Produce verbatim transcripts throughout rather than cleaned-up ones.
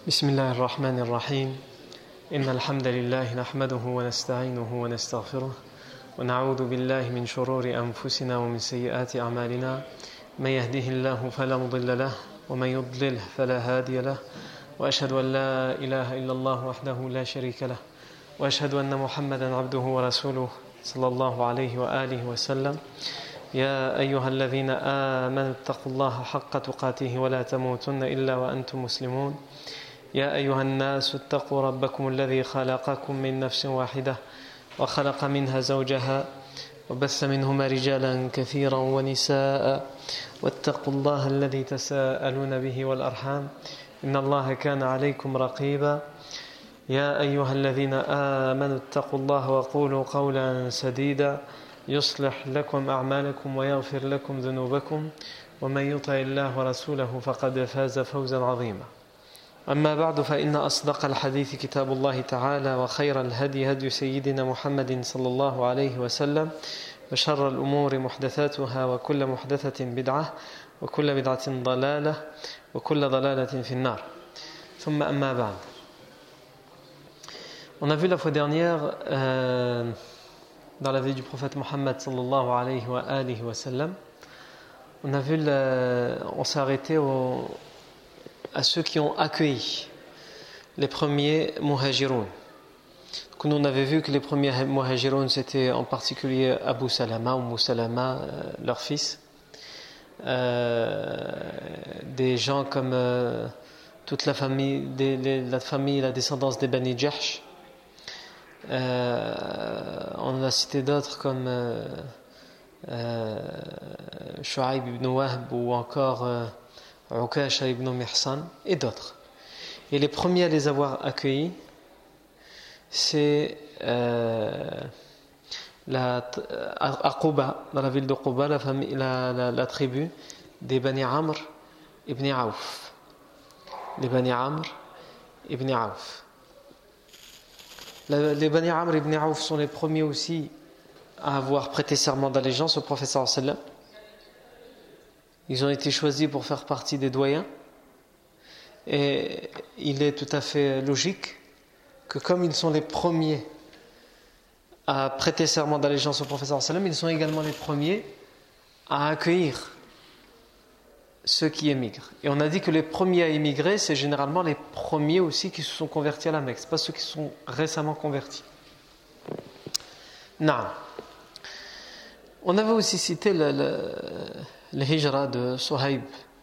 بسم الله الرحمن الرحيم إن الحمد لله نحمده ونستعينه ونستغفره ونعوذ بالله من شرور أنفسنا ومن سيئات أعمالنا من يهده الله فلا مضل له ومن يضلل فلا هادي له وأشهد أن لا إله إلا الله وحده لا شريك له وأشهد أن محمدا عبده ورسوله صلى الله عليه وآله وسلم يا أيها الذين آمنوا اتقوا الله حق تقاته ولا تموتن إلا وأنتم مسلمون يا أيها الناس اتقوا ربكم الذي خلقكم من نفس واحدة وخلق منها زوجها وبث منهما رجالا كثيرا ونساء واتقوا الله الذي تساءلون به والأرحام إن الله كان عليكم رقيبا يا أيها الذين آمنوا اتقوا الله وقولوا قولا سديدا يصلح لكم أعمالكم ويغفر لكم ذنوبكم ومن يطع الله ورسوله فقد فاز فوزا عظيما أما بعد فإن أصدق الحديث كتاب الله تعالى وخير الهدي هدي سيدنا محمد صلى الله عليه وسلم وشر الأمور محدثاتها وكل محدثة بدعة وكل بدعة ضلالة وكل ضلالة في النار ثم أما بعد. On a vu la fois dernière euh, dans la vie du prophète Mohammed sallallahu alayhi wa alihi wa sallam, on a vu le, on s'est arrêté au à ceux qui ont accueilli les premiers muhajiroun. Donc nous on avait vu que les premiers muhajiroun c'était en particulier Abu Salama ou Umm Salama, euh, leur fils, euh, des gens comme euh, toute la famille, des, les, la famille, la descendance des Bani Jahsh. Euh, on a cité d'autres comme euh, euh, Shu'aib ibn Wahb ou encore euh, Ukasha ibn Mihsan et d'autres. Et les premiers à les avoir accueillis, c'est euh, la, à Quba, dans la ville de Quba, la, famille, la, la, la tribu des Bani Amr ibn Auf. Les Bani Amr ibn Auf. La, les Bani Amr ibn Auf sont les premiers aussi à avoir prêté serment d'allégeance au prophète sallallahu alayhi wa sallam. Ils ont été choisis pour faire partie des doyens. Et il est tout à fait logique que comme ils sont les premiers à prêter serment d'allégeance au prophète sallallahu alayhi wa sallam, ils sont également les premiers à accueillir ceux qui émigrent. Et on a dit que les premiers à émigrer, c'est généralement les premiers aussi qui se sont convertis à la Mecque, ce n'est pas ceux qui se sont récemment convertis. Non. On avait aussi cité le, le, le hijra de Suhaib,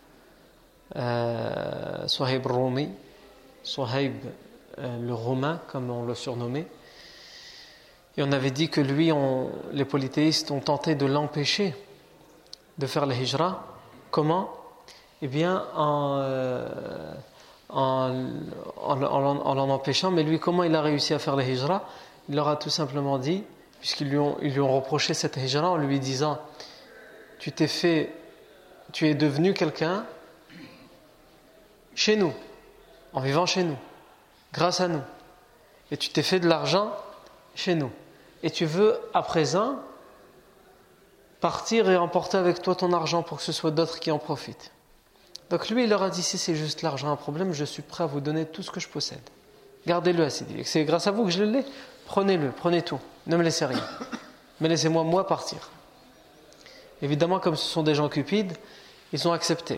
euh, Suhaib Rumi, Suhaib euh, le Romain, comme on le surnommait. Et on avait dit que lui, on, les polythéistes ont tenté de l'empêcher de faire le hijra. Comment ? Eh bien, en, euh, en, en, en, en l'en empêchant. Mais lui, comment il a réussi à faire le hijra ? Il leur a tout simplement dit, puisqu'ils lui ont, ils lui ont reproché cette hijra en lui disant: tu t'es fait, tu es devenu quelqu'un chez nous, en vivant chez nous, grâce à nous, et tu t'es fait de l'argent chez nous, et tu veux à présent partir et emporter avec toi ton argent pour que ce soit d'autres qui en profitent. Donc lui il leur a dit: si c'est juste l'argent un problème, je suis prêt à vous donner tout ce que je possède, gardez-le, ainsi dit. C'est grâce à vous que je l'ai, prenez-le, prenez tout, ne me laissez rien, mais laissez-moi moi partir. Évidemment, comme ce sont des gens cupides, ils ont accepté.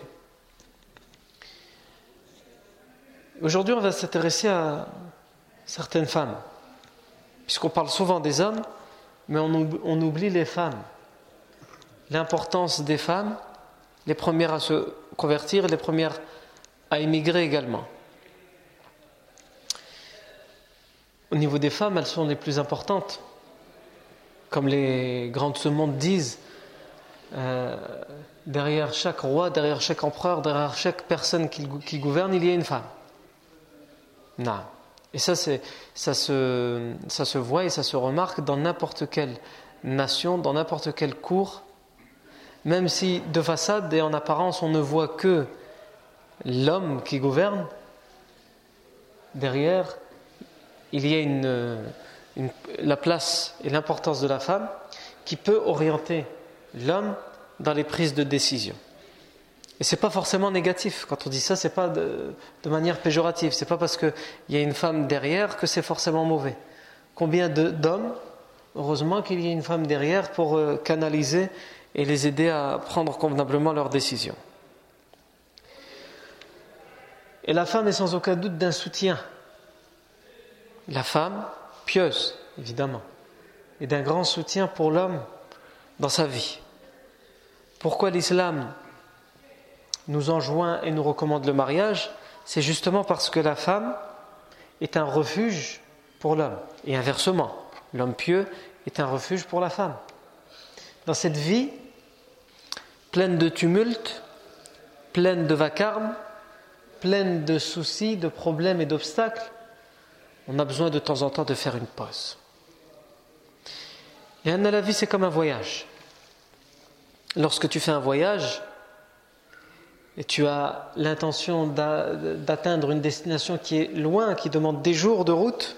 Aujourd'hui on va s'intéresser à certaines femmes, puisqu'on parle souvent des hommes, mais on oublie, on oublie les femmes, l'importance des femmes, les premières à se convertir et les premières à émigrer également. Au niveau des femmes, elles sont les plus importantes. Comme les grands de ce monde disent, euh, derrière chaque roi, derrière chaque empereur, derrière chaque personne qui, qui gouverne, il y a une femme. Non. Et ça, c'est, ça, se, ça se voit et ça se remarque dans n'importe quelle nation, dans n'importe quelle cour. Même si de façade et en apparence on ne voit que l'homme qui gouverne, derrière il y a une, une, la place et l'importance de la femme qui peut orienter l'homme dans les prises de décision. Et c'est pas forcément négatif. Quand on dit ça, c'est pas de, de manière péjorative. C'est pas parce qu'il y a une femme derrière que c'est forcément mauvais. Combien de, d'hommes, heureusement qu'il y ait une femme derrière pour euh, canaliser et les aider à prendre convenablement leurs décisions. Et la femme est sans aucun doute d'un soutien. La femme, pieuse, évidemment, est d'un grand soutien pour l'homme dans sa vie. Pourquoi l'islam nous enjoint et nous recommande le mariage? C'est justement parce que la femme est un refuge pour l'homme. Et inversement, l'homme pieux est un refuge pour la femme. Dans cette vie pleine de tumultes, pleine de vacarme, pleine de soucis, de problèmes et d'obstacles, on a besoin de temps en temps de faire une pause. Et la vie, c'est comme un voyage. Lorsque tu fais un voyage et tu as l'intention d'atteindre une destination qui est loin, qui demande des jours de route,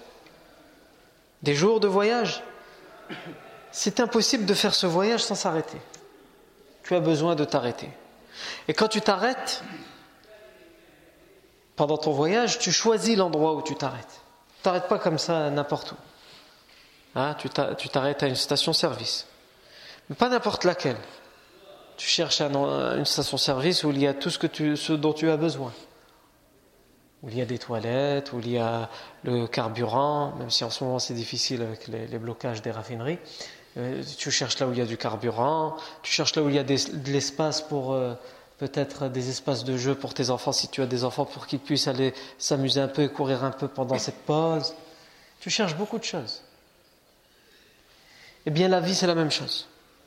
des jours de voyage, c'est impossible de faire ce voyage sans s'arrêter. Tu as besoin de t'arrêter. Et quand tu t'arrêtes, pendant ton voyage, tu choisis l'endroit où tu t'arrêtes. Tu t'arrêtes pas comme ça n'importe où. Hein, tu t'arrêtes à une station-service. Mais pas n'importe laquelle. Tu cherches un, une station-service où il y a tout ce, que tu, ce dont tu as besoin. Où il y a des toilettes, où il y a le carburant, même si en ce moment c'est difficile avec les, les blocages des raffineries. Euh, tu cherches là où il y a du carburant, tu cherches là où il y a des, de l'espace pour... Euh, peut-être des espaces de jeu pour tes enfants, si tu as des enfants, pour qu'ils puissent aller s'amuser un peu et courir un peu pendant cette pause. Tu cherches beaucoup de choses. Eh bien, la vie, c'est la même chose.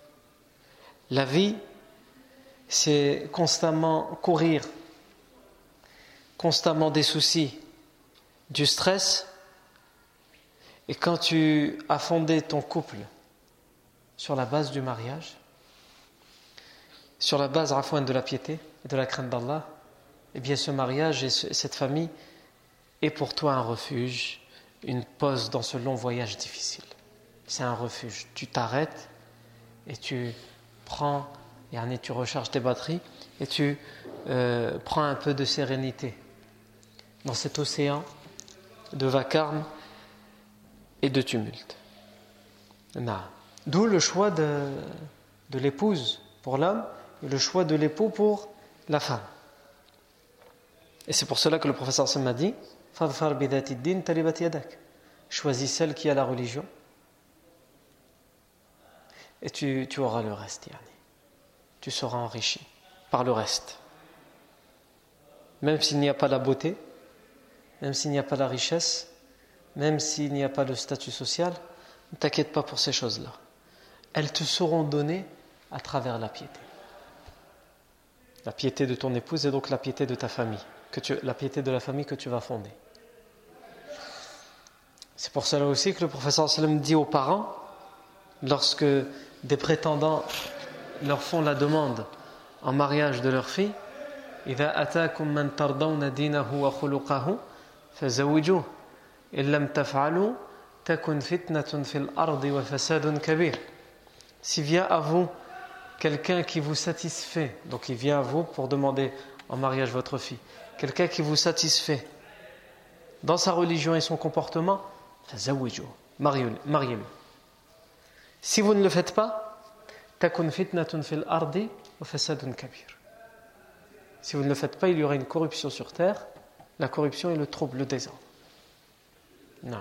La vie, c'est constamment courir, constamment des soucis, du stress. Et quand tu as fondé ton couple sur la base du mariage, sur la base rafouin de la piété et de la crainte d'Allah, eh bien ce mariage et ce, cette famille est pour toi un refuge, une pause dans ce long voyage difficile. C'est un refuge. Tu t'arrêtes et tu prends, et tu recharges tes batteries et tu euh, prends un peu de sérénité dans cet océan de vacarme et de tumulte. D'où le choix de, de l'épouse pour l'homme et le choix de l'époux pour la femme. Et c'est pour cela que le professeur Sam m'a dit Fadfar bidati din talibat yadak. Choisis celle qui a la religion et tu, tu auras le reste, yani. Tu seras enrichi par le reste. Même s'il n'y a pas la beauté, même s'il n'y a pas la richesse, même s'il n'y a pas le statut social, ne t'inquiète pas pour ces choses-là. Elles te seront données à travers la piété. La piété de ton épouse et donc la piété de ta famille, que tu, la piété de la famille que tu vas fonder. C'est pour cela aussi que le professeur sallam dit aux parents, lorsque des prétendants leur font la demande en mariage de leur fille, إذا أتاكم من ترضون دينه وخلقه فزوجوه إن لم تفعلوا تكن فتنة في الأرض وفساد كبير. S'il vient à vous quelqu'un qui vous satisfait, donc il vient à vous pour demander en mariage votre fille, quelqu'un qui vous satisfait dans sa religion et son comportement, mariez-le. Si vous ne le faites pas, takun fitnatun fil ardi wa fasadun kabir. Si vous ne le faites pas, il y aura une corruption sur terre, la corruption est le trouble, le désordre. Non.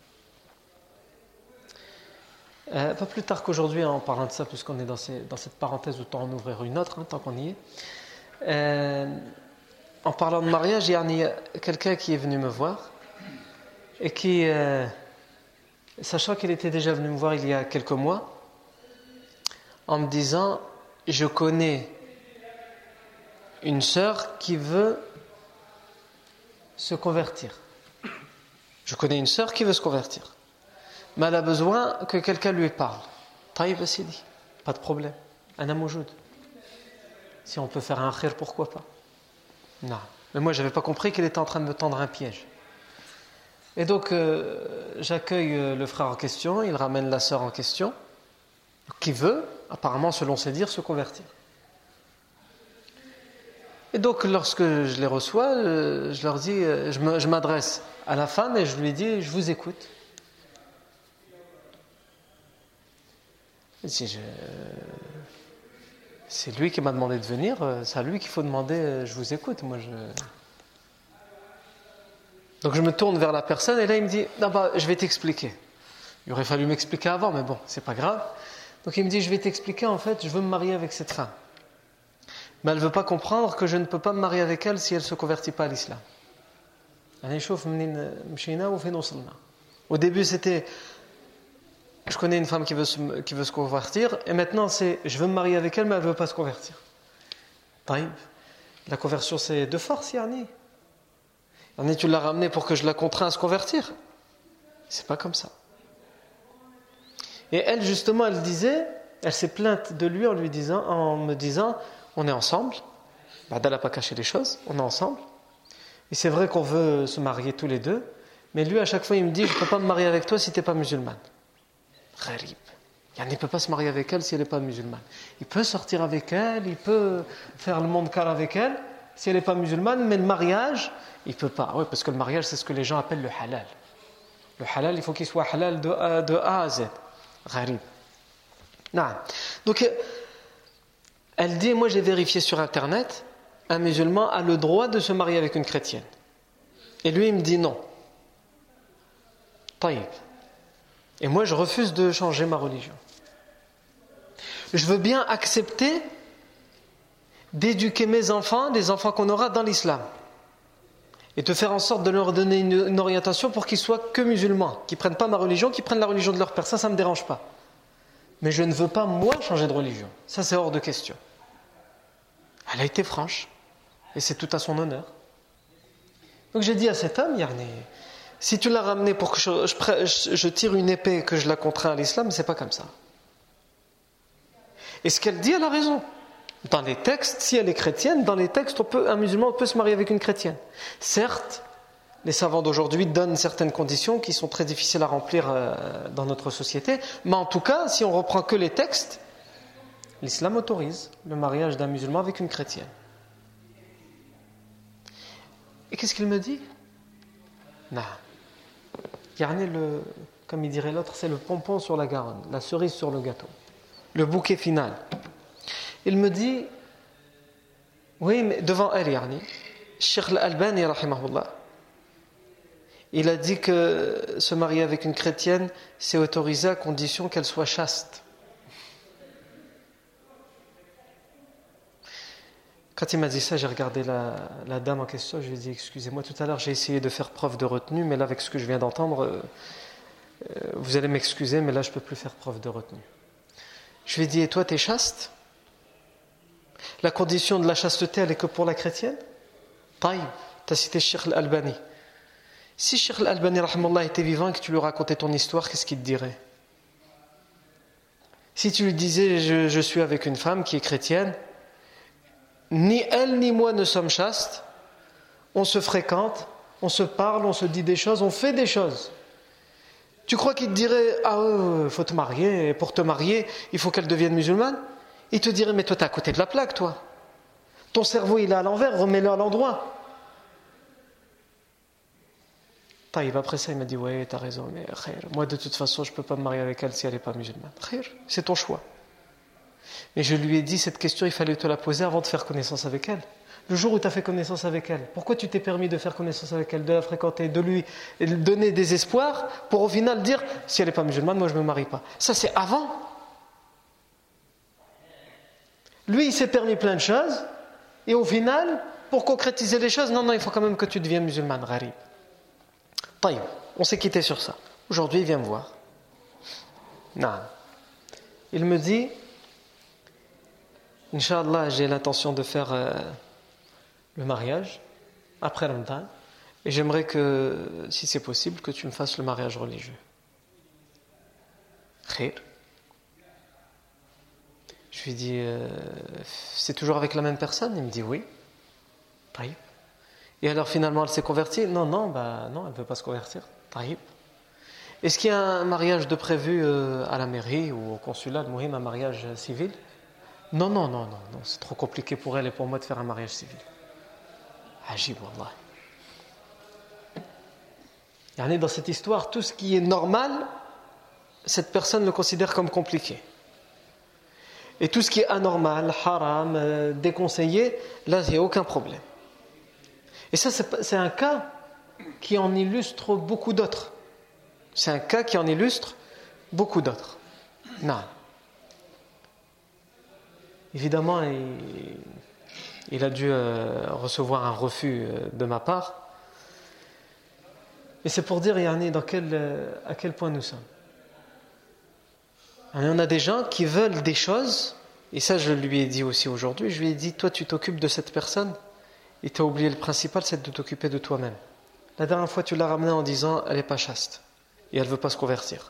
Euh, pas plus tard qu'aujourd'hui, hein, en parlant de ça, puisqu'on est dans, ces, dans cette parenthèse, autant en ouvrir une autre, hein, tant qu'on y est. Euh, en parlant de mariage, il y a quelqu'un qui est venu me voir et qui, euh, sachant qu'il était déjà venu me voir il y a quelques mois, en me disant, je connais une sœur qui veut se convertir. Je connais une sœur qui veut se convertir. Mais elle a besoin que quelqu'un lui parle. Taïb Sidi, pas de problème. Un amoujoud. Si on peut faire un khir, pourquoi pas? Non. Mais moi, je n'avais pas compris qu'elle était en train de me tendre un piège. Et donc, euh, j'accueille le frère en question, il ramène la sœur en question, qui veut, apparemment, selon ses dires, se convertir. Et donc, lorsque je les reçois, je leur dis, je, me, je m'adresse à la femme et je lui dis, je vous écoute. Si je, c'est lui qui m'a demandé de venir, c'est à lui qu'il faut demander, je vous écoute. Moi, je... Donc, je me tourne vers la personne et là, il me dit, non, bah, je vais t'expliquer. Il aurait fallu m'expliquer avant, mais bon, c'est pas grave. Donc, il me dit, je vais t'expliquer, en fait, je veux me marier avec cette femme. Mais elle ne veut pas comprendre que je ne peux pas me marier avec elle si elle ne se convertit pas à l'islam. Au début, c'était je connais une femme qui veut se, qui veut se convertir, et maintenant c'est je veux me marier avec elle, mais elle ne veut pas se convertir. Taïb. La conversion, c'est de force, yani. Yani, tu l'as ramenée pour que je la contrains à se convertir. C'est pas comme ça. Et elle, justement, elle disait, elle s'est plainte de lui en lui disant, en me disant, on est ensemble. Bah, elle n'a pas caché les choses, on est ensemble. Et c'est vrai qu'on veut se marier tous les deux, mais lui, à chaque fois, il me dit, je ne peux pas me marier avec toi si tu n'es pas musulmane. Gharib. Il ne peut pas se marier avec elle si elle n'est pas musulmane. Il peut sortir avec elle, il peut faire le monde car avec elle, si elle n'est pas musulmane, mais le mariage, il ne peut pas. Oui, parce que le mariage, c'est ce que les gens appellent le halal. Le halal, il faut qu'il soit halal de A, de A à Z. Gharib. Non. Donc, elle dit, moi j'ai vérifié sur Internet, un musulman a le droit de se marier avec une chrétienne. Et lui, il me dit non. Taïb. Et moi, je refuse de changer ma religion. Je veux bien accepter d'éduquer mes enfants, des enfants qu'on aura dans l'islam, et de faire en sorte de leur donner une, une orientation pour qu'ils soient que musulmans, qu'ils ne prennent pas ma religion, qu'ils prennent la religion de leur père. Ça, ça ne me dérange pas. Mais je ne veux pas, moi, changer de religion. Ça, c'est hors de question. Elle a été franche, et c'est tout à son honneur. Donc j'ai dit à cet homme, Yarni, si tu l'as ramené pour que je, je, je tire une épée et que je la contrains à l'islam, c'est pas comme ça. Et ce qu'elle dit, elle a raison. Dans les textes, si elle est chrétienne, dans les textes, on peut, un musulman peut se marier avec une chrétienne. Certes, les savants d'aujourd'hui donnent certaines conditions qui sont très difficiles à remplir euh, dans notre société, mais en tout cas, si on reprend que les textes, l'islam autorise le mariage d'un musulman avec une chrétienne. Et qu'est-ce qu'il me dit? Non. Yarni, le, comme il dirait l'autre, c'est le pompon sur la Garonne, la cerise sur le gâteau, le bouquet final. Il me dit, oui, mais devant elle, Yarni, Cheikh Al-Albani, rahimahullah, il a dit que se marier avec une chrétienne, c'est autorisé à condition qu'elle soit chaste. Quand il m'a dit ça, j'ai regardé la, la dame en question, je lui ai dit, excusez-moi, tout à l'heure j'ai essayé de faire preuve de retenue, mais là avec ce que je viens d'entendre, euh, euh, vous allez m'excuser, mais là je ne peux plus faire preuve de retenue. Je lui ai dit, et toi tu es chaste? La condition de la chasteté, elle est que pour la chrétienne? Taïb, tu as cité Cheikh Al-Albani. Si Cheikh Al-Albani rahmallah était vivant et que tu lui racontais ton histoire, qu'est-ce qu'il te dirait? Si tu lui disais, je, je suis avec une femme qui est chrétienne, ni elle ni moi ne sommes chastes, on se fréquente, on se parle, on se dit des choses, on fait des choses. Tu crois qu'il te dirait, ah il faut te marier, et pour te marier, il faut qu'elle devienne musulmane? Il te dirait, mais toi t'es à côté de la plaque, toi. Ton cerveau il est à l'envers, remets-le à l'endroit. Taïb, après ça il m'a dit, ouais t'as raison, mais khayr, moi de toute façon je ne peux pas me marier avec elle si elle n'est pas musulmane. Khayr, c'est ton choix. Mais je lui ai dit, cette question, il fallait te la poser avant de faire connaissance avec elle. Le jour où tu as fait connaissance avec elle, pourquoi tu t'es permis de faire connaissance avec elle, de la fréquenter, de lui donner des espoirs, pour au final dire, si elle n'est pas musulmane, moi je ne me marie pas. Ça c'est avant. Lui, il s'est permis plein de choses, et au final, pour concrétiser les choses, non, non, il faut quand même que tu deviennes musulmane, gharib. Taïb, on s'est quitté sur ça. Aujourd'hui, il vient me voir. Non. Il me dit, Inch'Allah, j'ai l'intention de faire euh, le mariage après Ramadan, et j'aimerais que, si c'est possible, que tu me fasses le mariage religieux. Khir. Je lui dis, euh, c'est toujours avec la même personne? Il me dit oui. Taïb. Et alors finalement, elle s'est convertie? Non, non, bah non, elle ne veut pas se convertir. Taïb. Est-ce qu'il y a un mariage de prévu euh, à la mairie ou au consulat, de Mouhim, un mariage civil? Non, non, non, non, non, c'est trop compliqué pour elle et pour moi de faire un mariage civil. Ajib, wallah. Yani dans cette histoire, tout ce qui est normal, cette personne le considère comme compliqué. Et tout ce qui est anormal, haram, euh, déconseillé, là, il n'y a aucun problème. Et ça, c'est, c'est un cas qui en illustre beaucoup d'autres. C'est un cas qui en illustre beaucoup d'autres. Non. Évidemment, il, il a dû euh, recevoir un refus euh, de ma part. Et c'est pour dire, yani, dans quel, euh, à quel point nous sommes. Il y en a des gens qui veulent des choses, et ça je lui ai dit aussi aujourd'hui, je lui ai dit, toi tu t'occupes de cette personne, et tu as oublié le principal, c'est de t'occuper de toi-même. La dernière fois tu l'as ramenée en disant, elle n'est pas chaste, et elle ne veut pas se convertir.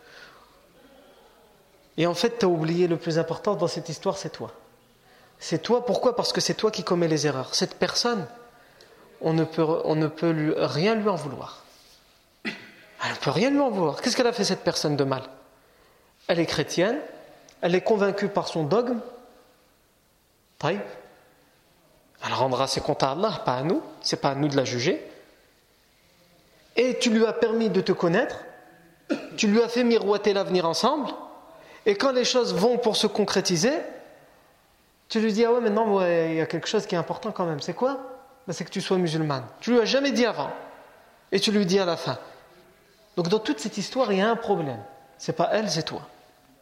Et en fait tu as oublié le plus important dans cette histoire, c'est toi. C'est toi, pourquoi ? Parce que c'est toi qui commets les erreurs. Cette personne, on ne peut, on ne peut lui, rien lui en vouloir. Elle ne peut rien lui en vouloir. Qu'est-ce qu'elle a fait cette personne de mal ? Elle est chrétienne, elle est convaincue par son dogme. Taïb. Elle rendra ses comptes à Allah, pas à nous. C'est pas à nous de la juger. Et tu lui as permis de te connaître. Tu lui as fait miroiter l'avenir ensemble. Et quand les choses vont pour se concrétiser, tu lui dis, ah ouais, mais non, ouais, il y a quelque chose qui est important quand même. C'est quoi ? Ben, c'est que tu sois musulmane. Tu lui as jamais dit avant. Et tu lui dis à la fin. Donc dans toute cette histoire, il y a un problème. C'est pas elle, c'est toi.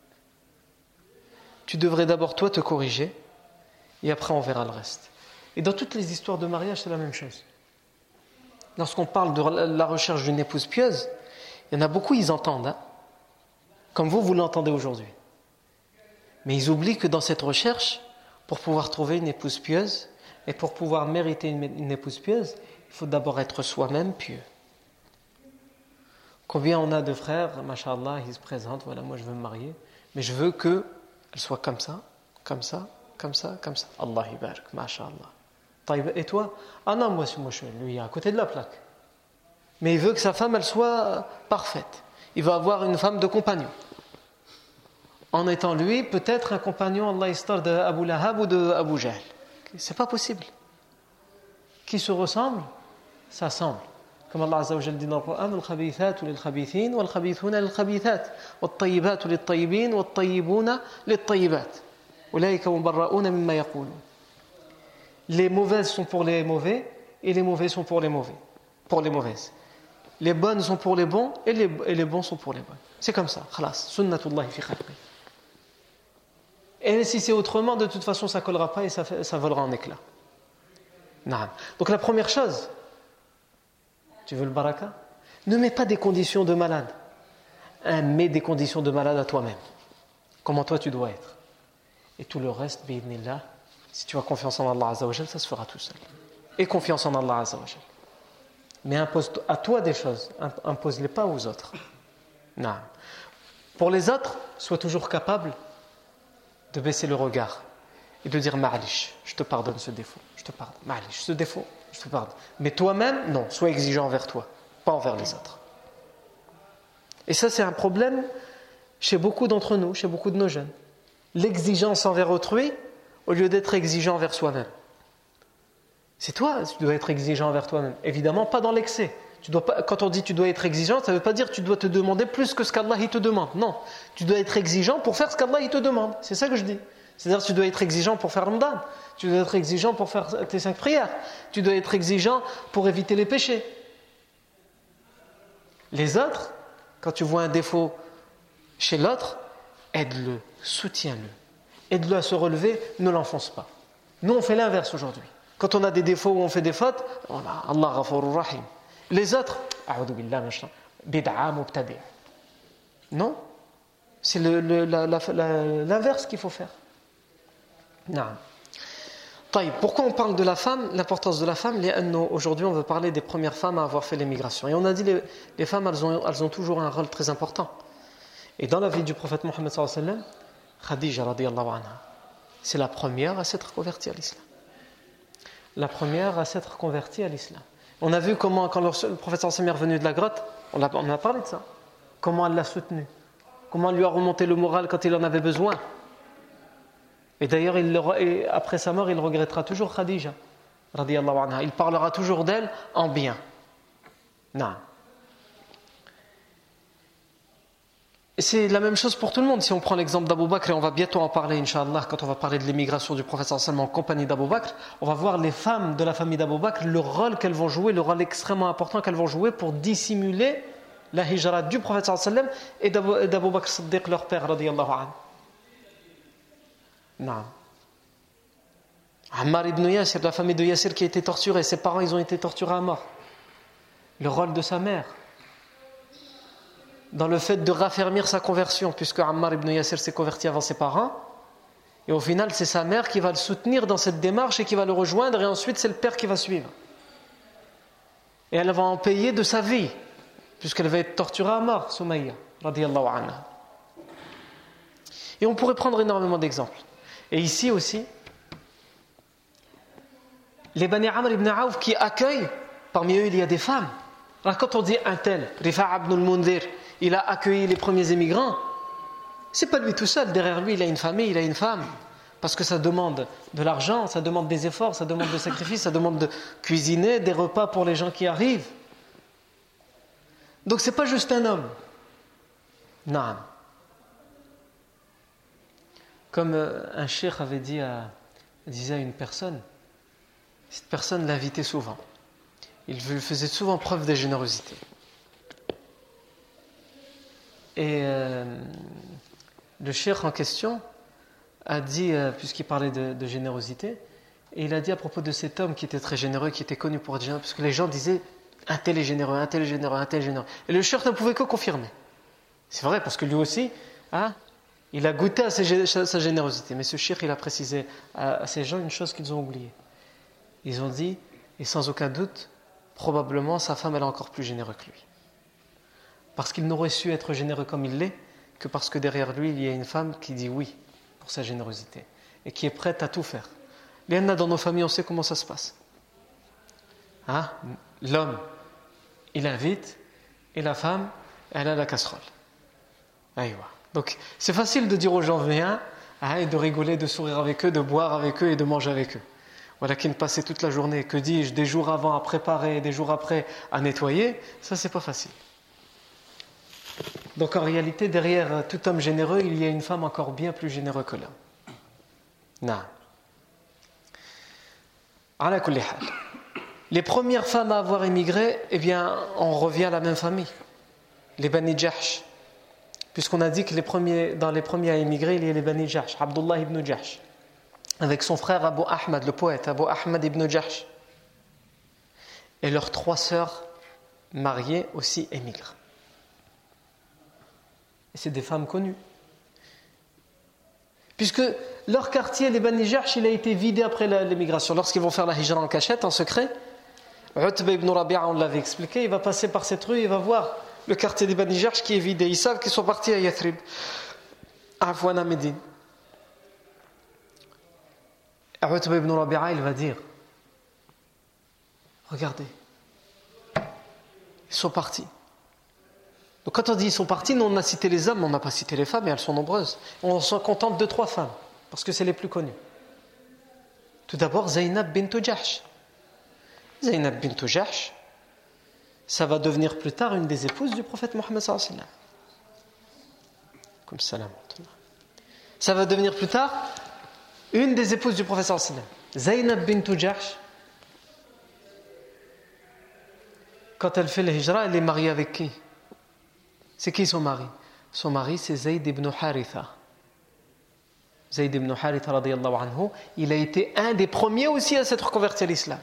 Tu devrais d'abord toi te corriger et après on verra le reste. Et dans toutes les histoires de mariage, c'est la même chose. Lorsqu'on parle de la recherche d'une épouse pieuse, il y en a beaucoup, ils entendent, hein, comme vous, vous l'entendez aujourd'hui. Mais ils oublient que dans cette recherche, pour pouvoir trouver une épouse pieuse et pour pouvoir mériter une, une épouse pieuse, il faut d'abord être soi-même pieux. Combien on a de frères, mashallah, ils se présentent, voilà, moi je veux me marier, mais je veux qu'elle soit comme ça, comme ça, comme ça, comme ça. Allah ibarak, mashallah. Et toi ? Ah non, moi, moi je suis lui à côté de la plaque. Mais il veut que sa femme, elle soit parfaite. Il va avoir une femme de compagnon. En étant lui, peut-être un compagnon, Allah istar, de Abu Lahab ou de Abu Jahl. C'est pas possible. Qui se ressemble, ça semble. Comme Allah Azza wa Jalla dit dans le Coran, al-khabithatu lil-khabithin wal-khabithuna lil-khabithat wat-tayyibatu lit-tayyibin wat-tayyibuna lit-tayyibat. Ulaika mubarra'una mimma yaqulun. Les mauvaises sont pour les mauvais et les mauvais sont pour les mauvais, pour les mauvaises. Les bonnes sont pour les bons et les, et les bons sont pour les bonnes. C'est comme ça. Khalas, sunnatullahi fi khalqi. Et si c'est autrement, de toute façon, ça collera pas et ça, fait, ça volera en éclats. Naam. Donc la première chose, tu veux le baraka ? Ne mets pas des conditions de malade. Hein, mets des conditions de malade à toi-même. Comment toi tu dois être. Et tout le reste, bi'idhnillah, si tu as confiance en Allah Azza wa Jal, ça se fera tout seul. Et confiance en Allah Azza wa Jal. Mais impose à toi des choses, impose-les pas aux autres. Non. Pour les autres, sois toujours capable de baisser le regard et de dire ma'alish, je te pardonne ce défaut, je te pardonne, ma'alish, ce défaut, je te pardonne. Mais toi-même, non, sois exigeant envers toi, pas envers les autres. Et ça, c'est un problème chez beaucoup d'entre nous, chez beaucoup de nos jeunes. L'exigence envers autrui, au lieu d'être exigeant envers soi-même. C'est toi, tu dois être exigeant envers toi-même. Évidemment, pas dans l'excès. Tu dois pas, quand on dit tu dois être exigeant, ça ne veut pas dire que tu dois te demander plus que ce qu'Allah il te demande. Non, tu dois être exigeant pour faire ce qu'Allah il te demande. C'est ça que je dis. C'est-à-dire que tu dois être exigeant pour faire Ramadan. Tu dois être exigeant pour faire tes cinq prières. Tu dois être exigeant pour éviter les péchés. Les autres, quand tu vois un défaut chez l'autre, aide-le, soutiens-le. Aide-le à se relever, ne l'enfonce pas. Nous, on fait l'inverse aujourd'hui. Quand on a des défauts ou on fait des fautes, on a Allah Ghafurur Rahim. Les autres, a'udhu billah, bid'a mubtadi'. Non, c'est le, le, la, la, la, l'inverse qu'il faut faire. Non. Pourquoi on parle de la femme, l'importance de la femme? Aujourd'hui, on veut parler des premières femmes à avoir fait l'émigration. Et on a dit les, les femmes, elles ont, elles ont toujours un rôle très important. Et dans la vie du prophète Mohammed sallallahu alayhi wa sallam, Khadija radiyallahu anha, c'est la première à s'être convertie à l'islam. La première à s'être convertie à l'islam. On a vu comment, quand le prophète sallallahu alayhi wa sallam est revenu de la grotte, on a, on a parlé de ça. Comment elle l'a soutenu. Comment elle lui a remonté le moral quand il en avait besoin. Et d'ailleurs, il le, et après sa mort, il regrettera toujours Khadija. radiyallahu anha. Il parlera toujours d'elle en bien. Non. Et c'est la même chose pour tout le monde. Si on prend l'exemple d'Abou Bakr, et on va bientôt en parler, Inch'Allah, quand on va parler de l'émigration du prophète sallallahu alayhi wa sallam en compagnie d'Abou Bakr, on va voir les femmes de la famille d'Abou Bakr, le rôle qu'elles vont jouer, le rôle extrêmement important qu'elles vont jouer pour dissimuler la hijra du prophète sallallahu alayhi wa sallam et d'Abou Bakr Siddiq, leur père, radiyallahu anhu. Non. Ammar ibn Yasir, la famille de Yasir qui a été torturée, ses parents ils ont été torturés à mort. Le rôle de sa mère dans le fait de raffermir sa conversion, puisque Ammar ibn Yasir s'est converti avant ses parents, et au final c'est sa mère qui va le soutenir dans cette démarche et qui va le rejoindre, et ensuite c'est le père qui va suivre. Et elle va en payer de sa vie, puisqu'elle va être torturée à mort, Soumaïa, radiyallahu anha. Et on pourrait prendre énormément d'exemples. Et ici aussi, les Bani Amr ibn Awf qui accueillent, parmi eux il y a des femmes. Alors quand on dit un tel, Rifa'a ibn al-Mundhir, il a accueilli les premiers émigrants, c'est pas lui tout seul, derrière lui il a une famille, il a une femme, parce que ça demande de l'argent, ça demande des efforts, ça demande de sacrifices, ça demande de cuisiner des repas pour les gens qui arrivent. Donc c'est pas juste un homme. Non. Comme un cheikh avait dit à, disait à une personne, cette personne l'invitait souvent, il faisait souvent preuve de générosité. Et euh, le cheikh en question a dit, euh, puisqu'il parlait de, de générosité, et il a dit à propos de cet homme qui était très généreux, qui était connu pour être généreux, parce que les gens disaient un tel est généreux, un tel est généreux, un tel est généreux. Et le cheikh ne pouvait que confirmer. C'est vrai, parce que lui aussi, hein, il a goûté à ses, sa générosité. Mais ce cheikh, il a précisé à, à ces gens une chose qu'ils ont oubliée. Ils ont dit, et sans aucun doute, probablement sa femme elle est encore plus généreuse que lui. Parce qu'il n'aurait su être généreux comme il l'est que parce que derrière lui il y a une femme qui dit oui pour sa générosité et qui est prête à tout faire. Léana, dans nos familles on sait comment ça se passe. Hein? L'homme il invite et la femme elle a la casserole. Aïwa. Donc c'est facile de dire aux gens viens, hein, et de rigoler, de sourire avec eux, de boire avec eux et de manger avec eux. Voilà, qui ne passait toute la journée, que dis-je, des jours avant à préparer, des jours après à nettoyer, ça c'est pas facile. Donc en réalité, derrière tout homme généreux, il y a une femme encore bien plus généreuse que l'homme. Non. Ala kulli hal. Les premières femmes à avoir émigré, eh bien, on revient à la même famille, les Bani Jahsh. Puisqu'on a dit que les premiers, dans les premiers à émigrer, il y a les Bani Jahsh, Abdullah ibn Jahsh, avec son frère Abu Ahmad, le poète Abu Ahmad ibn Jahsh. Et leurs trois sœurs mariées aussi émigrent. Et c'est des femmes connues. Puisque leur quartier, les Bani Jahsh, il a été vidé après la, l'émigration. Lorsqu'ils vont faire la hijra en cachette, en secret, Utba ibn Rabi'a, on l'avait expliqué, il va passer par cette rue, il va voir le quartier des Bani Jahsh qui est vidé. Ils savent qu'ils sont partis à Yathrib, à Afwan à Médine. Utba ibn Rabi'a, il va dire regardez, ils sont partis. Donc quand on dit ils sont partis, nous on a cité les hommes, on n'a pas cité les femmes, et elles sont nombreuses. On s'en contente de trois femmes, parce que c'est les plus connues. Tout d'abord, Zaynab bint Jahsh. Zaynab bint Jahsh, ça va devenir plus tard une des épouses du prophète Mohammed sallallahu alayhi wa sallam. Comme salam. Ça va devenir plus tard une des épouses du prophète sallallahu alayhi wa sallam. Zaynab bint Jahsh, quand elle fait le hijra, elle est mariée avec qui? C'est qui son mari? Son mari, c'est Zayd ibn Haritha. Zayd ibn Haritha, radiyallahu anhu, il a été un des premiers aussi à s'être converti à l'islam.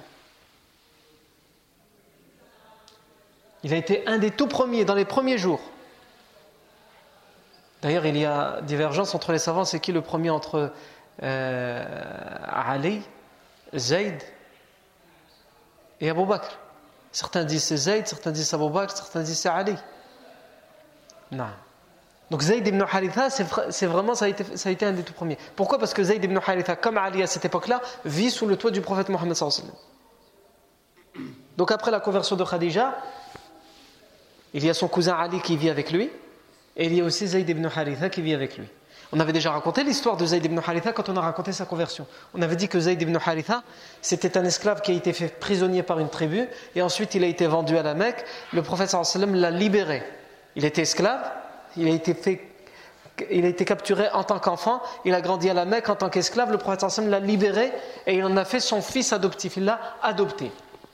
Il a été un des tout premiers, dans les premiers jours. D'ailleurs, il y a divergence entre les savants, c'est qui le premier entre euh, Ali, Zayd et Abu Bakr. Certains disent c'est Zayd, certains disent c'est Abu Bakr, certains disent c'est Ali. Non. Donc Zayd ibn Haritha, c'est, c'est vraiment, ça a, été, ça a été un des tout premiers. Pourquoi? Parce que Zayd ibn Haritha, comme Ali à cette époque-là, vit sous le toit du prophète Mohammed sallallahu alayhi wa sallam. Donc après la conversion de Khadija, il y a son cousin Ali qui vit avec lui, et il y a aussi Zayd ibn Haritha qui vit avec lui. On avait déjà raconté l'histoire de Zayd ibn Haritha quand on a raconté sa conversion. On avait dit que Zayd ibn Haritha, c'était un esclave qui a été fait prisonnier par une tribu et ensuite il a été vendu à la Mecque. Le prophète sallallahu alayhi wa sallam l'a libéré. Il était esclave, il a été, fait, il a été capturé en tant qu'enfant, il a grandi à la Mecque en tant qu'esclave. Le prophète sallallahu alayhi wa sallam l'a libéré et il en a fait son fils adoptif. Il l'a adopté.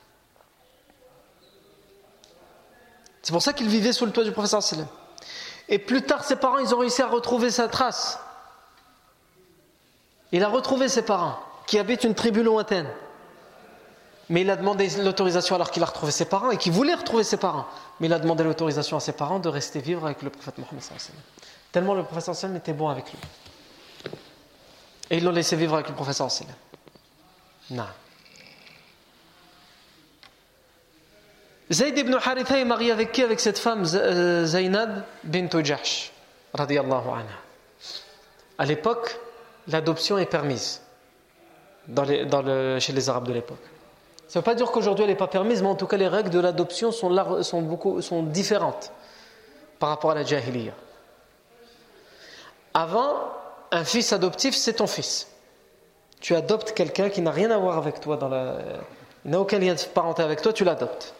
C'est pour ça qu'il vivait sous le toit du prophète sallallahu alayhi wa sallam. Et plus tard, ses parents, ils ont réussi à retrouver sa trace. Il a retrouvé ses parents, qui habitent une tribu lointaine. Mais il a demandé l'autorisation alors qu'il a retrouvé ses parents et qu'il voulait retrouver ses parents. Mais il a demandé l'autorisation à ses parents de rester vivre avec le prophète Mohammed sallallahu alayhi wa sallam. Tellement le prophète sallallahu alayhi wa sallam était bon avec lui. Et ils l'ont laissé vivre avec le prophète sallallahu alayhi wa sallam. Non. Zayd ibn Haritha est marié avec qui? Avec cette femme Zaynab bint Jahsh radiyallahu anha. À l'époque, l'adoption est permise dans les, dans le, chez les Arabes de l'époque. Ça ne veut pas dire qu'aujourd'hui elle n'est pas permise, mais en tout cas les règles de l'adoption sont, là, sont, beaucoup, sont différentes par rapport à la jahiliya. Avant, un fils adoptif, c'est ton fils. Tu adoptes quelqu'un qui n'a rien à voir avec toi, dans la, il n'a aucun lien de parenté avec toi, tu l'adoptes.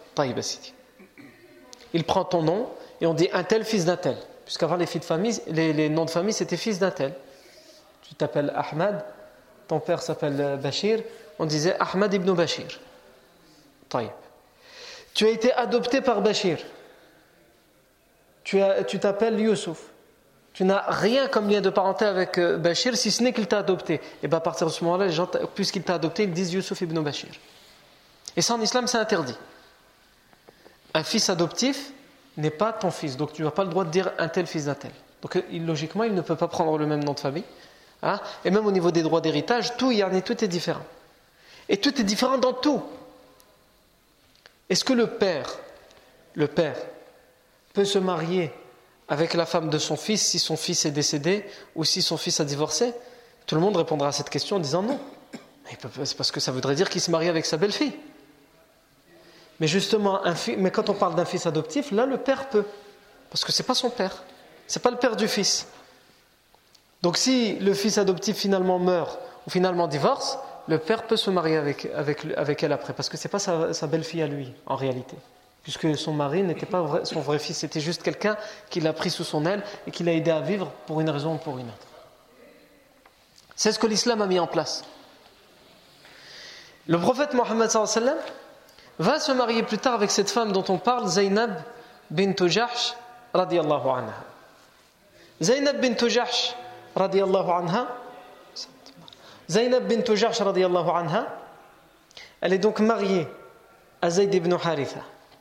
Il prend ton nom et on dit un tel fils d'un tel, puisqu'avant les, filles de famille, les, les noms de famille c'était fils d'un tel. Tu t'appelles Ahmad, ton père s'appelle Bachir, on disait Ahmad ibn Bachir. Taïb. Tu as été adopté par Bachir, tu, as, tu t'appelles Youssouf, tu n'as rien comme lien de parenté avec Bachir si ce n'est qu'il t'a adopté. Et bien à partir de ce moment-là, les gens, puisqu'il t'a adopté, ils disent Youssouf ibn Bachir. Et ça en islam c'est interdit. Un fils adoptif n'est pas ton fils, donc tu n'as pas le droit de dire un tel fils d'un tel. Donc logiquement, il ne peut pas prendre le même nom de famille. Hein? Et même au niveau des droits d'héritage, tout, tout est différent. Et tout est différent dans tout. Est-ce que le père, le père peut se marier avec la femme de son fils si son fils est décédé ou si son fils a divorcé? Tout le monde répondra à cette question en disant non. C'est parce que ça voudrait dire qu'il se marie avec sa belle-fille. Mais justement, un fi- mais quand on parle d'un fils adoptif, là le père peut, parce que c'est pas son père, c'est pas le père du fils. Donc si le fils adoptif finalement meurt ou finalement divorce, le père peut se marier avec, avec, avec elle après, parce que c'est pas sa, sa belle-fille à lui en réalité, puisque son mari n'était pas vrai, son vrai fils, c'était juste quelqu'un qui l'a pris sous son aile et qui l'a aidé à vivre pour une raison ou pour une autre. C'est ce que l'islam a mis en place. Le prophète Mohammed sallallahu alayhi wa sallam va se marier plus tard avec cette femme dont on parle, Zaynab bint Jahsh radiyallahu anha. Zaynab bint Jahsh radiyallahu anha, Zaynab bint Jahsh radiyallahu anha, elle est donc mariée à Zayd ibn Haritha.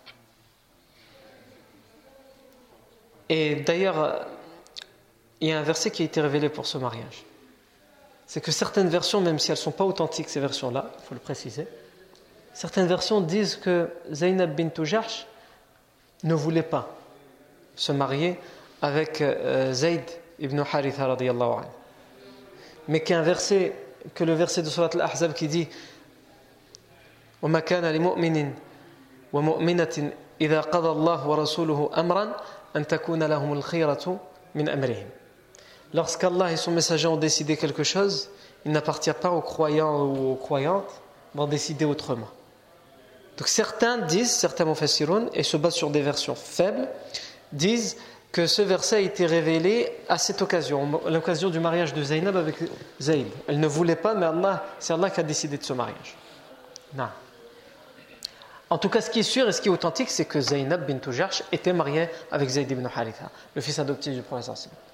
Et d'ailleurs, il y a un verset qui a été révélé pour ce mariage. C'est que certaines versions, même si elles ne sont pas authentiques, ces versions-là, il faut le préciser, certaines versions disent que Zaynab bint Jahsh ne voulait pas se marier avec euh, Zayd ibn Haritha radiyallahu anhu. Mais qu'il y a un verset, que le verset de Surat Al-Ahzab qui dit وَمَا كَانَ لِمُؤْمِنٍ وَمُؤْمِنَةٍ إِذَا قَضَى اللَّهُ وَرَسُولُهُ أَمْرًا أَن تَكُونَ لَهُمُ الْخِيرَةُ مِنْ أَمْرِهِمْ. Lorsqu'Allah et son messager ont décidé quelque chose, il n'appartient pas aux croyants ou aux croyantes d'en décider autrement. Donc certains disent, certains mufassiroun, et se basent sur des versions faibles, disent que ce verset a été révélé à cette occasion, à l'occasion du mariage de Zaynab avec Zayd. Elle ne voulait pas, mais Allah, c'est Allah qui a décidé de ce mariage. Non. En tout cas, ce qui est sûr et ce qui est authentique, c'est que Zaynab bint Jahsh était mariée avec Zayd ibn Haritha, le fils adoptif du prophète sallallahu alayhi wa sallam.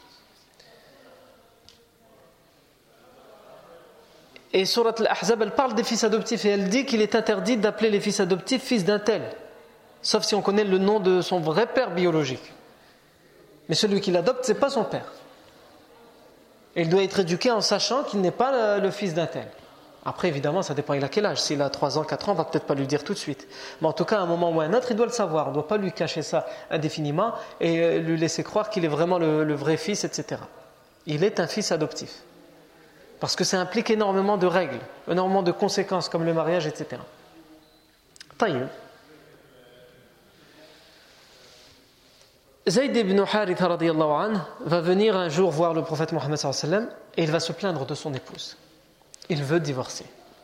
Et Surat Al-Ahzab, elle parle des fils adoptifs et elle dit qu'il est interdit d'appeler les fils adoptifs fils d'un tel, sauf si on connaît le nom de son vrai père biologique. Mais celui qui l'adopte, ce n'est pas son père. Et il doit être éduqué en sachant qu'il n'est pas le fils d'un tel. Après, évidemment, ça dépend, il a quel âge. S'il a trois ans, quatre ans, on ne va peut-être pas lui dire tout de suite. Mais en tout cas, à un moment ou à un autre, il doit le savoir. On ne doit pas lui cacher ça indéfiniment et lui laisser croire qu'il est vraiment le, le vrai fils, et cetera. Il est un fils adoptif. Parce que ça implique énormément de règles, énormément de conséquences, comme le mariage, et cetera. Taïb. Zayd ibn Haritha radiyallahu anhu va venir un jour voir le prophète Mohammed sallallahu alayhi wa sallam et il va se plaindre de son épouse. Il veut divorcer.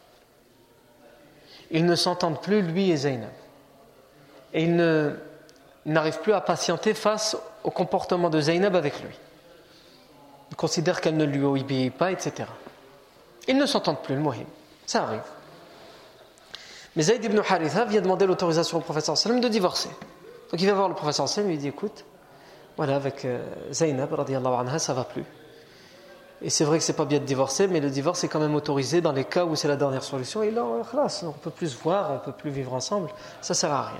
Ils ne s'entendent plus, lui et Zaynab. Et il ne, il n'arrive plus à patienter face au comportement de Zaynab avec lui. Il considère qu'elle ne lui obéit pas, et cetera. Ils ne s'entendent plus, le muhim. Ça arrive. Mais Zayd ibn Haritha vient demander l'autorisation au prophète sallallahu alayhi wa sallam de divorcer. Donc il va voir le prophète sallallahu alayhi wa sallam et il dit écoute, voilà, avec euh, Zaynab radiyallahu anha, ça va plus. Et c'est vrai que c'est pas bien de divorcer, mais le divorce est quand même autorisé dans les cas où c'est la dernière solution. Et là, on ne peut plus se voir, on ne peut plus vivre ensemble, ça ne sert à rien.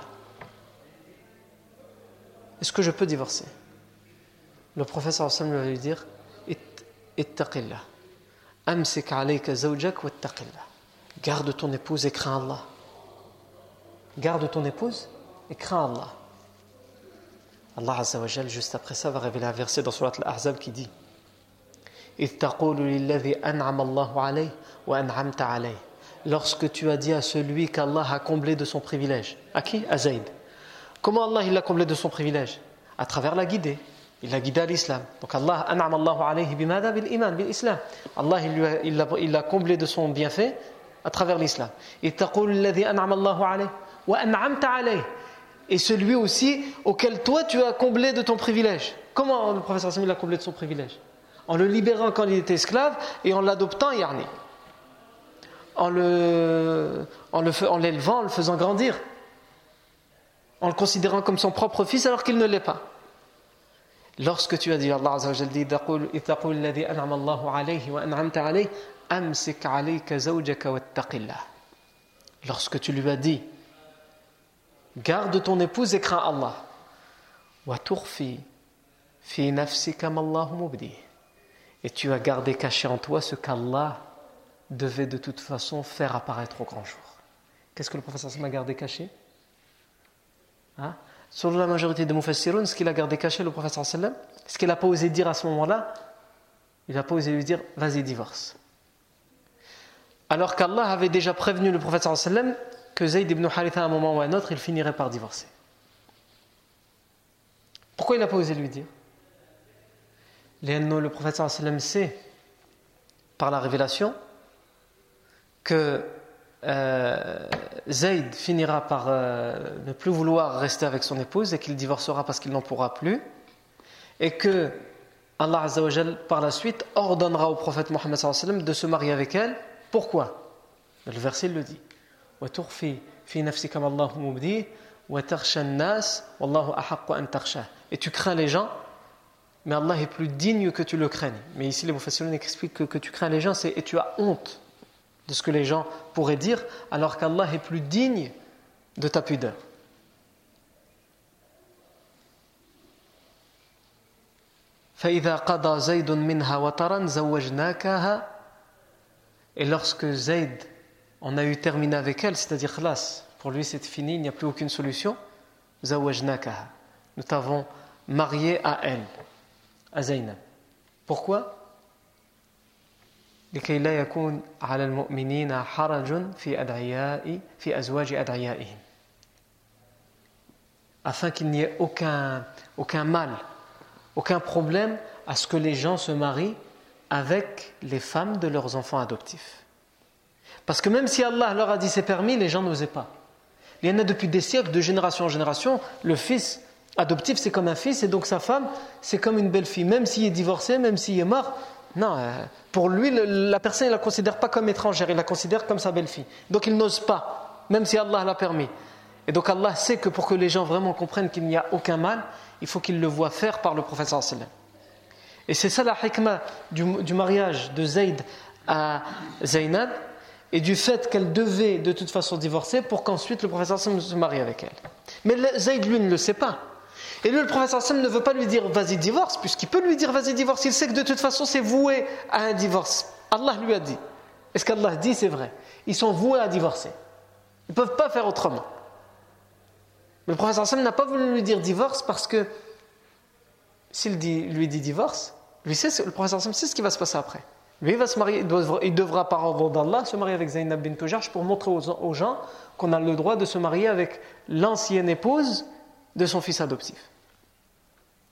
Est-ce que je peux divorcer? Le prophète sallallahu alayhi wa sallam lui dire ittaqillah, amsik alayka zawjak wattaqillah. Garde ton épouse et crains Allah. Garde ton épouse et crains Allah. Allah Azza wa Jal, juste après ça, va révéler un verset dans Surat Al-Ahzab qui dit إِذْ تَقُولُ لِلَّذِي أَنْعَمَ اللَّهُ عَلَيْهِ وَأَنْعَمْتَ عَلَيْهِ. Lorsque tu as dit à celui qu'Allah a comblé de son privilège. À qui? À Zayd. Comment Allah il l'a comblé de son privilège? À travers la guidée. Il l'a guidé à l'islam. Donc Allah, أَنْعَمَ اللَّهُ عَلَيْهِ بِمَاذَا؟ بِالْإِيمَانِ بِالْإِسْلام. Allah il, lui a, il, l'a, il l'a comblé de son bienfait à travers l'islam. إِذْ تَقُولُ لِلَّذِي أَنْعَمَ اللَّهُ عَلَيْهِ وَأَنْعَمْتَ عَلَيْهِ. Et celui aussi auquel toi tu as comblé de ton privilège. Comment le prophète sallallahu alayhi wa sallam l'a comblé de son privilège? En le libérant quand il était esclave et en l'adoptant, yani. En, le, en, le, en l'élevant, en le faisant grandir. En le considérant comme son propre fils alors qu'il ne l'est pas. Lorsque tu as dit, Allah Azza wa Jalla dit إِذْ تَقُولُ الَّذِي أَنْعَمَ اللَّهُ عَلَيْهِ وَأَنْعَمْتَ عَلَيْهِ أَمْسِكْ عَلَيْكَ زَوْجَكَ وَاتَّقِ اللَّهِ. Lorsque tu lui as dit garde ton épouse et crains Allah. وَتُخْفِي فِي نَفْسِكَ مَا اللَّهُ مُبْدِيهِ. Et tu as gardé caché en toi ce qu'Allah devait de toute façon faire apparaître au grand jour. Qu'est-ce que le prophète sallallahu alayhi wa sallam a gardé caché? Hein? Selon la majorité des mufassiroun, ce qu'il a gardé caché, le prophète sallallahu alayhi wa sallam, ce qu'il n'a pas osé dire à ce moment-là, il n'a pas osé lui dire vas-y divorce. Alors qu'Allah avait déjà prévenu le prophète sallallahu alayhi wa sallam que Zayd ibn Haritha à un moment ou à un autre il finirait par divorcer. Pourquoi il n'a pas osé lui dire? Le prophète sallallahu alayhi wa sallam sait par la révélation que euh, Zayd finira par euh, ne plus vouloir rester avec son épouse et qu'il divorcera parce qu'il n'en pourra plus, et que Allah Azza wa Jal par la suite ordonnera au prophète Mohammed sallallahu alayhi wa sallam de se marier avec elle. Pourquoi? Le verset le dit. وَتُخْفِي فِي نَفْسِكَ مَا اللَّهُ مُبْدِيهِ وَتَخْشَى النَّاسَ وَاللَّهُ أَحَقُّ أَن تَخْشَاهُ. Et tu crains les gens, mais Allah est plus digne que tu le craignes. Mais ici les mufassirun expliquent que, que tu crains les gens, c'est et tu as honte de ce que les gens pourraient dire, alors qu'Allah est plus digne de ta pudeur. فَإِذَا قَضَى زَيْدٌ مِنْهَا وَطَرًا زَوَّجْنَاكَهَا. Et lorsque Zayd on a eu terminé avec elle, c'est-à-dire khlas, pour lui c'est fini, il n'y a plus aucune solution, zawajnakaha. Nous t'avons marié à elle, à Zaynab. Pourquoi? لكي لا يكون على المؤمنين حرج في أدعياء في أزواج أدعيائهم. Afin qu'il n'y ait aucun, aucun mal, aucun problème à ce que les gens se marient avec les femmes de leurs enfants adoptifs. Parce que même si Allah leur a dit c'est permis, les gens n'osaient pas. Il y en a depuis des siècles, de génération en génération, le fils adoptif c'est comme un fils et donc sa femme c'est comme une belle-fille. Même s'il est divorcé, même s'il est mort, non, pour lui la personne ne la considère pas comme étrangère, il la considère comme sa belle-fille. Donc il n'ose pas, même si Allah l'a permis. Et donc Allah sait que pour que les gens vraiment comprennent qu'il n'y a aucun mal, il faut qu'ils le voient faire par le prophète sallallahu alayhi wa sallam. Et c'est ça la hikmah du, du mariage de Zayd à Zaynab, et du fait qu'elle devait de toute façon divorcer pour qu'ensuite le prophète sallallahu alayhi wa sallam se marie avec elle. Mais Zayd lui ne le sait pas. Et lui le prophète sallallahu alayhi wa sallam ne veut pas lui dire vas-y divorce, puisqu'il peut lui dire vas-y divorce, il sait que de toute façon c'est voué à un divorce. Allah lui a dit. Et ce qu'Allah dit c'est vrai. Ils sont voués à divorcer. Ils ne peuvent pas faire autrement. Mais le prophète sallallahu alayhi wa sallam n'a pas voulu lui dire divorce parce que s'il dit, lui dit divorce, lui sait, le prophète sallallahu alayhi wa sallam sait ce qui va se passer après. Lui, il va se marier, il devra, il devra par ordre d'Allah se marier avec Zaynab bint Jahsh pour montrer aux, aux gens qu'on a le droit de se marier avec l'ancienne épouse de son fils adoptif.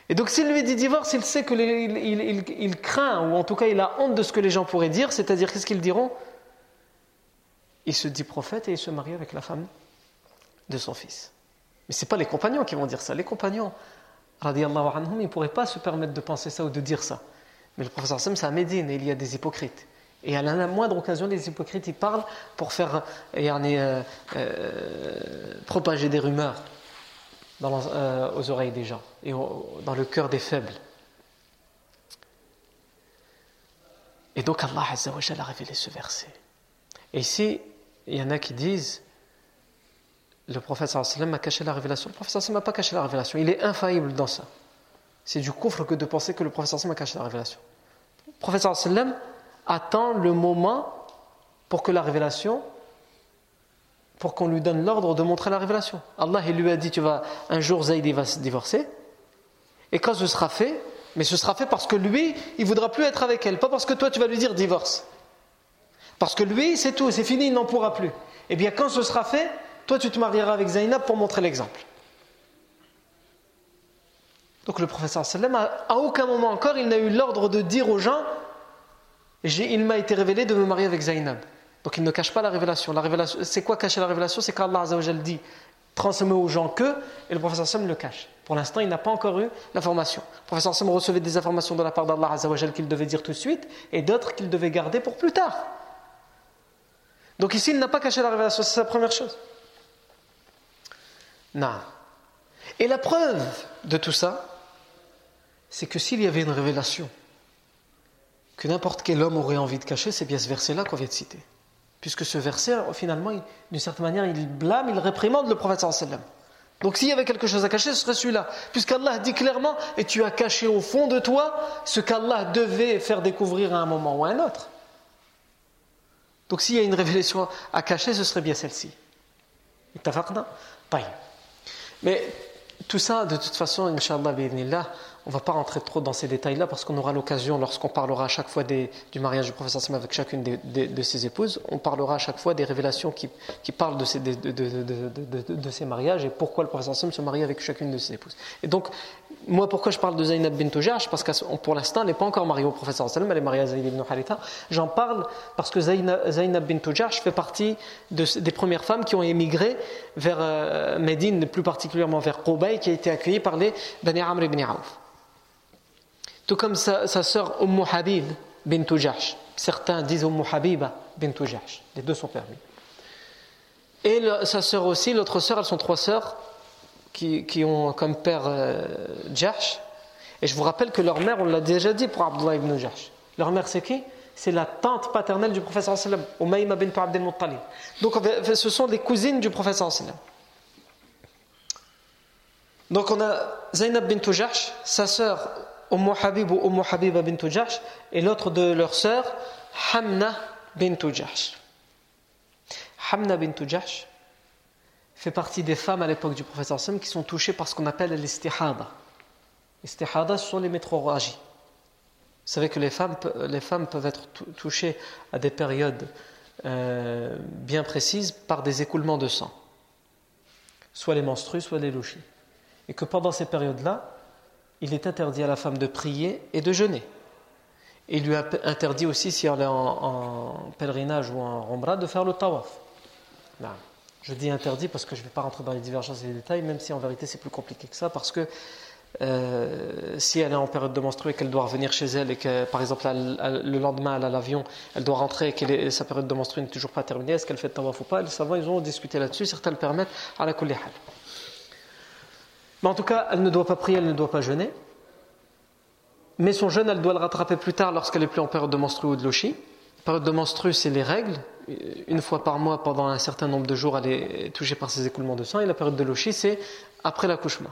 Et donc s'il lui dit divorce, il sait que les, il, il, il, il craint, ou en tout cas il a honte de ce que les gens pourraient dire, c'est-à-dire qu'est-ce qu'ils diront? Il se dit prophète et il se marie avec la femme de son fils. Mais ce n'est pas les compagnons qui vont dire ça. Les compagnons, radiyallahu anhum, ils ne pourraient pas se permettre de penser ça ou de dire ça. Mais le professeur Sam, c'est à Médine et il y a des hypocrites. Et à la moindre occasion, les hypocrites, ils parlent pour faire euh, euh, propager des rumeurs dans, euh, aux oreilles des gens et au, dans le cœur des faibles. Et donc Allah Azza wa Jalla a révélé ce verset. Et ici, il y en a qui disent le prophète sallallahu alayhi wa sallam a caché la révélation. Le prophète sallallahu alayhi wa sallam n'a pas caché la révélation. Il est infaillible dans ça. C'est du kufr que de penser que le prophète sallallahu alayhi wa sallam a caché la révélation. Le prophète sallallahu alayhi wa sallam attend le moment pour que la révélation, pour qu'on lui donne l'ordre de montrer la révélation. Allah il lui a dit, tu vas, un jour Zayd va se divorcer, et quand ce sera fait, mais ce sera fait parce que lui, il ne voudra plus être avec elle, pas parce que toi tu vas lui dire divorce. Parce que lui, c'est tout, c'est fini, il n'en pourra plus. Et bien quand ce sera fait, toi tu te marieras avec Zaynab pour montrer l'exemple. Donc le prophète sallallahu alayhi wa sallam, à aucun moment encore, il n'a eu l'ordre de dire aux gens, il m'a été révélé de me marier avec Zaynab. Donc il ne cache pas la révélation. La révélation, c'est quoi cacher la révélation? C'est qu'Allah Azza wa Jalla dit transmet aux gens que, et le professeur Sam le cache. Pour l'instant, il n'a pas encore eu l'information. Le professeur Sam recevait des informations de la part d'Allah Azza wa Jalla qu'il devait dire tout de suite, et d'autres qu'il devait garder pour plus tard. Donc ici, il n'a pas caché la révélation, c'est sa première chose. Non. Et la preuve de tout ça, c'est que s'il y avait une révélation que n'importe quel homme aurait envie de cacher, c'est bien ce verset-là qu'on vient de citer. Puisque ce verset, finalement, il, d'une certaine manière, il blâme, il réprimande le prophète sallallahu alayhi wa sallam. Donc s'il y avait quelque chose à cacher, ce serait celui-là. Puisqu'Allah dit clairement, et tu as caché au fond de toi ce qu'Allah devait faire découvrir à un moment ou à un autre. Donc s'il y a une révélation à cacher, ce serait bien celle-ci. Ittafaqna? Taïb. Mais tout ça, de toute façon, Inch'Allah, bi'idhnillah, on ne va pas rentrer trop dans ces détails-là parce qu'on aura l'occasion, lorsqu'on parlera à chaque fois des, du mariage du prophète sallallahu alayhi wa sallam avec chacune des, des, de ses épouses, on parlera à chaque fois des révélations qui, qui parlent de ces, de, de, de, de, de, de ces mariages et pourquoi le prophète sallallahu alayhi wa sallam se marie avec chacune de ses épouses. Et donc, moi, pourquoi je parle de Zaynab bint Jahsh? Parce que pour l'instant, elle n'est pas encore mariée au prophète sallallahu alayhi wa sallam, elle est mariée à Zayd ibn Haritha. J'en parle parce que Zaynab, Zaynab bint Jahsh fait partie de, des premières femmes qui ont émigré vers euh, Médine, plus particulièrement vers Qubaï, qui a été accueillie par les Bani Amr ibn Auf. Tout comme sa, sa sœur Umm Habib bint Jahsh. Certains disent Umm Habiba bint Jahsh. Les deux sont permis. Et le, sa sœur aussi, l'autre sœur, elles sont trois sœurs qui, qui ont comme père euh, Jahsh. Et je vous rappelle que leur mère, on l'a déjà dit pour Abdullah ibn Jahsh. Leur mère, c'est qui? C'est la tante paternelle du prophète sallallahu alayhi wa sallam, Umayma bint Abd al-Muttalib. Donc ce sont des cousines du prophète sallallahu alayhi wa sallam. Donc on a Zaynab bint Jahsh, sa sœur Umm Habib ou Umm Habiba bint Jahsh, et l'autre de leurs sœurs, Hamna bint Jahsh. Hamna bint Jahsh fait partie des femmes à l'époque du prophète sallallahu alayhi wa sallam qui sont touchées par ce qu'on appelle l'istihada. L'istihada, ce sont les métrorragies. Vous savez que les femmes, les femmes peuvent être touchées à des périodes euh, bien précises par des écoulements de sang, soit les menstrues, soit les louchis. Et que pendant ces périodes-là, il est interdit à la femme de prier et de jeûner. Et il lui a interdit aussi, si elle est en, en pèlerinage ou en umrah, de faire le tawaf. Non. Je dis interdit parce que je ne vais pas rentrer dans les divergences et les détails, même si en vérité c'est plus compliqué que ça, parce que euh, si elle est en période de menstruée et qu'elle doit revenir chez elle et que, par exemple, elle, elle, le lendemain elle a l'avion, elle doit rentrer et que sa période de menstruée n'est toujours pas terminée, est-ce qu'elle fait le tawaf ou pas? Les savants, ils ont discuté là-dessus, certains le permettent, à la kulli hal. Mais en tout cas, elle ne doit pas prier, elle ne doit pas jeûner. Mais son jeûne, elle doit le rattraper plus tard lorsqu'elle n'est plus en période de menstrue ou de lochi. La période de menstrue, c'est les règles. Une fois par mois, pendant un certain nombre de jours, elle est touchée par ces écoulements de sang. Et la période de lochi, c'est après l'accouchement.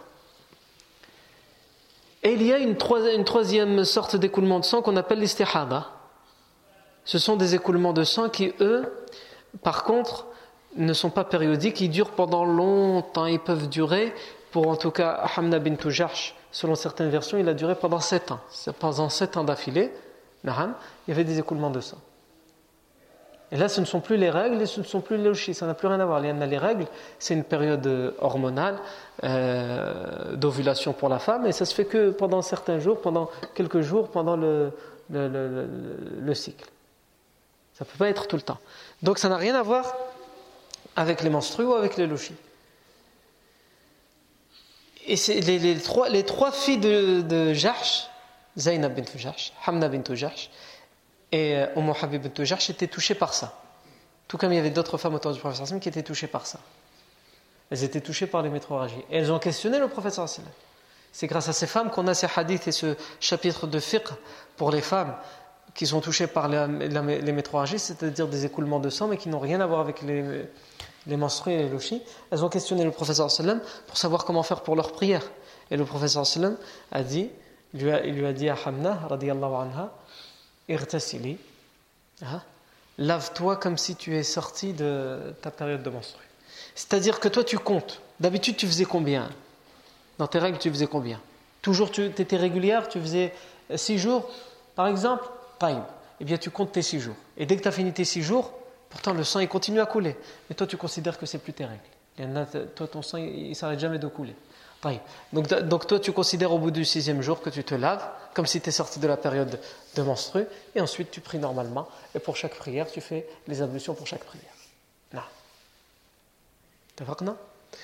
Et il y a une, troisi- une troisième sorte d'écoulement de sang qu'on appelle l'istihada. Ce sont des écoulements de sang qui, eux, par contre, ne sont pas périodiques. Ils durent pendant longtemps. Ils peuvent durer... Pour en tout cas, Hamna bint Jahsh, selon certaines versions, il a duré pendant sept ans. Pendant sept ans d'affilée, il y avait des écoulements de sang. Et là, ce ne sont plus les règles et ce ne sont plus les lochis, ça n'a plus rien à voir. Les règles, c'est une période hormonale euh, d'ovulation pour la femme, et ça se fait que pendant certains jours, pendant quelques jours, pendant le, le, le, le, le cycle. Ça ne peut pas être tout le temps. Donc ça n'a rien à voir avec les menstrues ou avec les lochis. Et c'est les, les, trois, les trois filles de, de Jahsh, Zaynab bint Jahsh, Hamna bint Jahsh, et Umm Habib bint Jahsh étaient touchées par ça. Tout comme il y avait d'autres femmes autour du prophète sallam qui étaient touchées par ça. Elles étaient touchées par les métrorragies. Et elles ont questionné le prophète sallam. C'est grâce à ces femmes qu'on a ces hadiths et ce chapitre de fiqh pour les femmes qui sont touchées par les, les, les métrorragies, c'est-à-dire des écoulements de sang, mais qui n'ont rien à voir avec les, les menstrues et les lochis. Elles ont questionné le prophète sallam pour savoir comment faire pour leur prière. Et le prophète sallam a dit, il lui a, il lui a dit à Hamna, radiyallahu anha, irtasili, hein, lave-toi comme si tu es sorti de ta période de menstrues. C'est-à-dire que toi tu comptes. D'habitude tu faisais combien? Dans tes règles tu faisais combien? Toujours tu étais régulière, tu faisais six jours par exemple. Taïb. Eh bien tu comptes tes six jours. Et dès que tu as fini tes six jours, pourtant le sang il continue à couler. Mais toi tu considères que c'est plus tes règles. Toi ton sang il ne s'arrête jamais de couler. Donc, donc toi tu considères au bout du sixième jour que tu te laves comme si tu es sorti de la période de menstrues, et ensuite tu pries normalement, et pour chaque prière tu fais les ablutions pour chaque prière. Non. D'accord, non?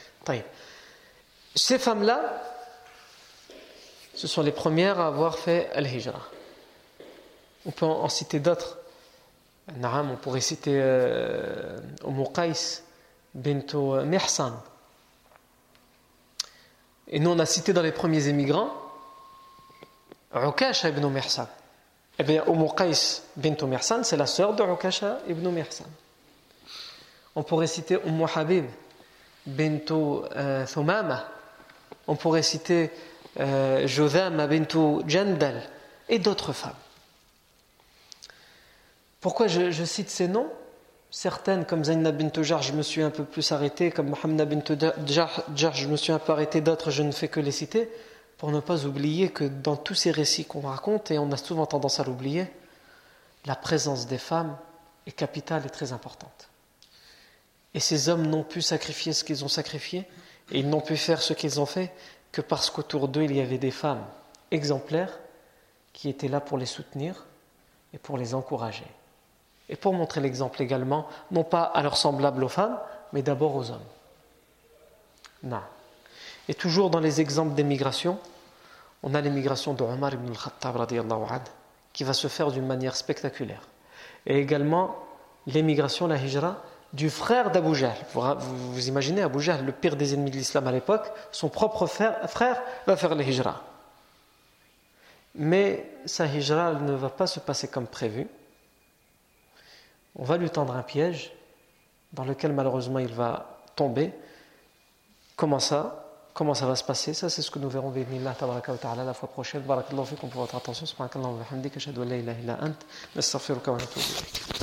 Ces femmes-là, ce sont les premières à avoir fait al-hijra. On peut en citer d'autres. On pourrait citer euh, Umm Qais bint Mihsan. Et nous, on a cité dans les premiers émigrants Ukasha ibn Mihsan. Eh bien, Umm Qais bint Mihsan, c'est la sœur de Ukasha ibn Mihsan. On pourrait citer Umm Habib bint euh, Thumama. On pourrait citer euh, Jodhama bint Jandal et d'autres femmes. Pourquoi je, je cite ces noms? Certaines, comme Zaynab bint Jahsh, je me suis un peu plus arrêté, comme Hamna bint Jahsh, je me suis un peu arrêté, d'autres, je ne fais que les citer, pour ne pas oublier que dans tous ces récits qu'on raconte, et on a souvent tendance à l'oublier, la présence des femmes est capitale et très importante. Et ces hommes n'ont pu sacrifier ce qu'ils ont sacrifié, et ils n'ont pu faire ce qu'ils ont fait, que parce qu'autour d'eux, il y avait des femmes exemplaires qui étaient là pour les soutenir et pour les encourager. Et pour montrer l'exemple également, non pas à leurs semblables aux femmes, mais d'abord aux hommes. Non. Et toujours dans les exemples d'émigration, on a l'émigration de Omar ibn al-Khattab radiyallahu anhu, qui va se faire d'une manière spectaculaire. Et également l'émigration, la hijra, du frère d'Abu Jahl. Vous, vous, vous imaginez Abu Jahl, le pire des ennemis de l'islam à l'époque, son propre frère, frère va faire la hijra. Mais sa hijra ne va pas se passer comme prévu. On va lui tendre un piège dans lequel malheureusement il va tomber. Comment ça? Comment ça va se passer? Ça, c'est ce que nous verrons bi'idhnillah tabaraka wa ta'ala la fois prochaine. Barakallahu fikum pour votre attention. Subhanakallahu wa bihamdika ashhadu an la ilaha illa ant, nastaghfiruka wa natubu ilayk.